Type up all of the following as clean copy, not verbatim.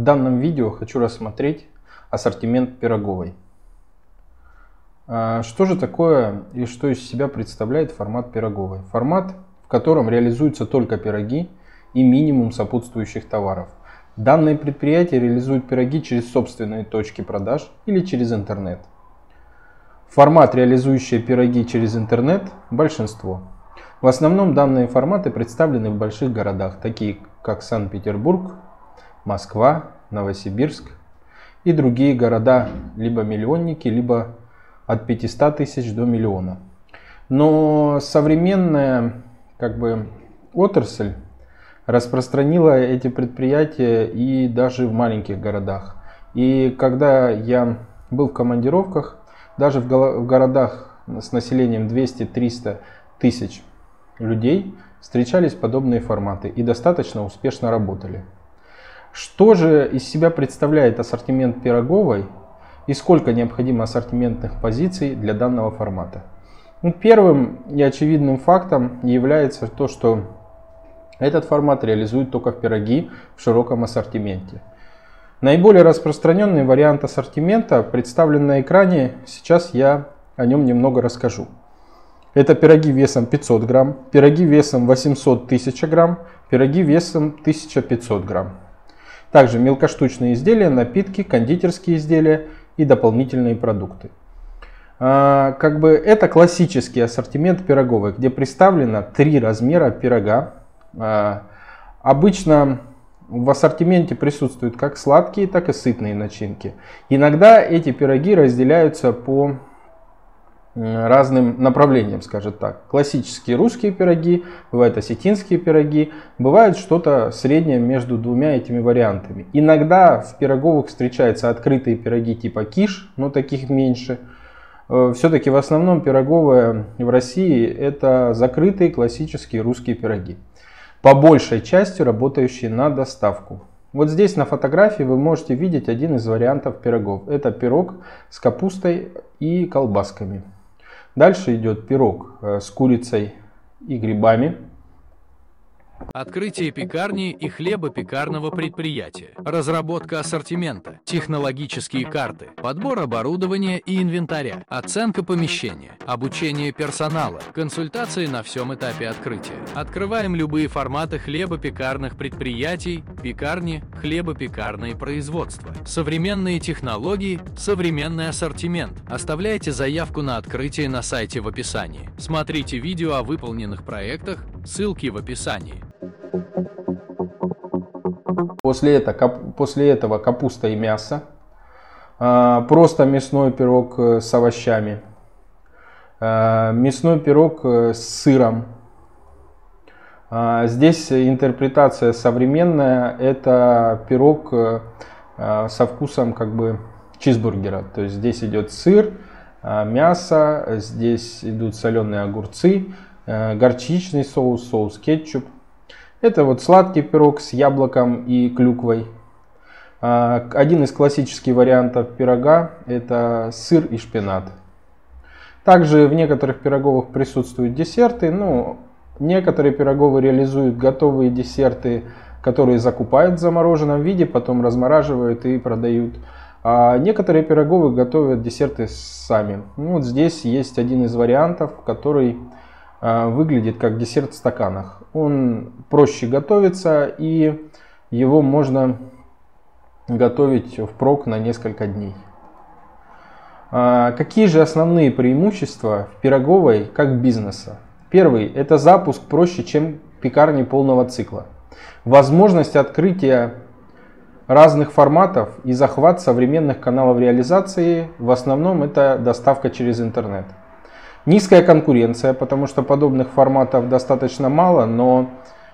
данном видео хочу рассмотреть ассортимент пироговой. Что же такое и что из себя представляет формат пироговой? Формат, в котором реализуются только пироги и минимум сопутствующих товаров. Данное предприятие реализует пироги через собственные точки продаж или через интернет. Формат, реализующий пироги через интернет, большинство. В основном данные форматы представлены в больших городах, такие как Санкт-Петербург, Москва, Новосибирск и другие города, либо миллионники, либо от 500 тысяч до миллиона. Но современная отрасль распространила эти предприятия и даже в маленьких городах. И когда я был в командировках, даже в городах с населением 200-300 тысяч людей встречались подобные форматы и достаточно успешно работали. Что же из себя представляет ассортимент пироговой и сколько необходимо ассортиментных позиций для данного формата? Первым и очевидным фактом является то, что этот формат реализует только пироги в широком ассортименте. Наиболее распространенный вариант ассортимента представлен на экране, сейчас я о нем немного расскажу. Это пироги весом 500 грамм, пироги весом 800 тысяч грамм, пироги весом 1500 грамм. Также мелкоштучные изделия, напитки, кондитерские изделия и дополнительные продукты. Это классический ассортимент пироговой, где представлено 3 размера пирога. Обычно в ассортименте присутствуют как сладкие, так и сытные начинки. Иногда эти пироги разделяются по разным направлениям, скажем так. Классические русские пироги, бывают осетинские пироги, бывает что-то среднее между двумя этими вариантами. Иногда в пироговых встречаются открытые пироги типа киш, но таких меньше. Все-таки в основном пироговая в России это закрытые классические русские пироги, по большей части работающие на доставку. Вот здесь на фотографии вы можете видеть один из вариантов пирогов. Это пирог с капустой и колбасками. Дальше идет пирог с курицей и грибами. Открытие пекарни и хлебопекарного предприятия, разработка ассортимента, технологические карты, подбор оборудования и инвентаря, оценка помещения, обучение персонала, консультации на всем этапе открытия. Открываем любые форматы хлебопекарных предприятий, пекарни, хлебопекарные производства. Современные технологии, современный ассортимент. Оставляйте заявку на открытие на сайте в описании. Смотрите видео о выполненных проектах, ссылки в описании. После этого капуста и мясо, просто мясной пирог с овощами, мясной пирог с сыром. Здесь интерпретация современная, это пирог со вкусом чизбургера. То есть здесь идет сыр, мясо, здесь идут соленые огурцы, горчичный соус, соус кетчуп. Это вот сладкий пирог с яблоком и клюквой. Один из классических вариантов пирога это сыр и шпинат. Также в некоторых пироговых присутствуют десерты. Некоторые пироговые реализуют готовые десерты, которые закупают в замороженном виде, потом размораживают и продают. А некоторые пироговые готовят десерты сами. Вот здесь есть один из вариантов, который выглядит как десерт в стаканах. Он проще готовится и его можно готовить впрок на несколько дней. Какие же основные преимущества в пироговой как бизнеса? Первый – это запуск проще, чем пекарни полного цикла. Возможность открытия разных форматов и захват современных каналов реализации, в основном это доставка через интернет. Низкая конкуренция, потому что подобных форматов достаточно мало, но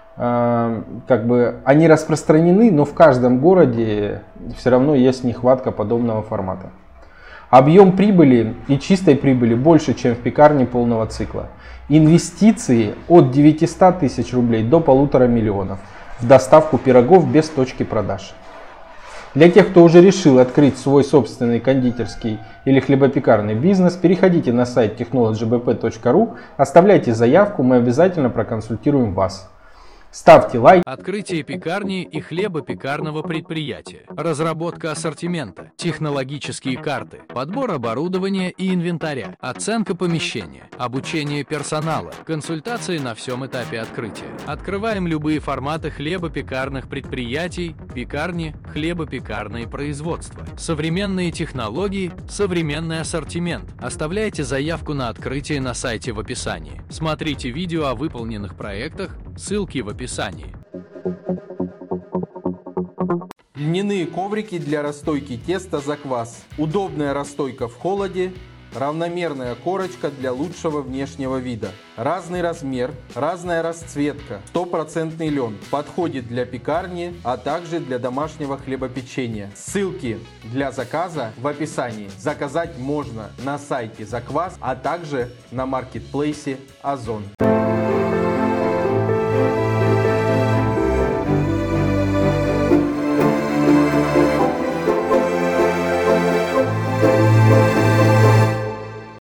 они распространены, но в каждом городе все равно есть нехватка подобного формата. Объем прибыли и чистой прибыли больше, чем в пекарне полного цикла. Инвестиции от 900 тысяч рублей до 1,5 миллиона в доставку пирогов без точки продаж. Для тех, кто уже решил открыть свой собственный кондитерский или хлебопекарный бизнес, переходите на сайт technologybp.ru, оставляйте заявку, мы обязательно проконсультируем вас. Ставьте лайк. Открытие пекарни и хлебопекарного предприятия, разработка ассортимента, технологические карты, подбор оборудования и инвентаря, оценка помещения, обучение персонала, консультации на всем этапе открытия. Открываем любые форматы хлебопекарных предприятий, пекарни, хлебопекарные производства. Современные технологии, современный ассортимент. Оставляйте заявку на открытие на сайте в описании. Смотрите видео о выполненных проектах, ссылки в описании. Льняные коврики для расстойки теста заквас. Удобная расстойка в холоде. Равномерная корочка для лучшего внешнего вида. Разный размер, разная расцветка. 100% лен. Подходит для пекарни, а также для домашнего хлебопечения. Ссылки для заказа в описании. Заказать можно на сайте Заквас, а также на маркетплейсе Озон.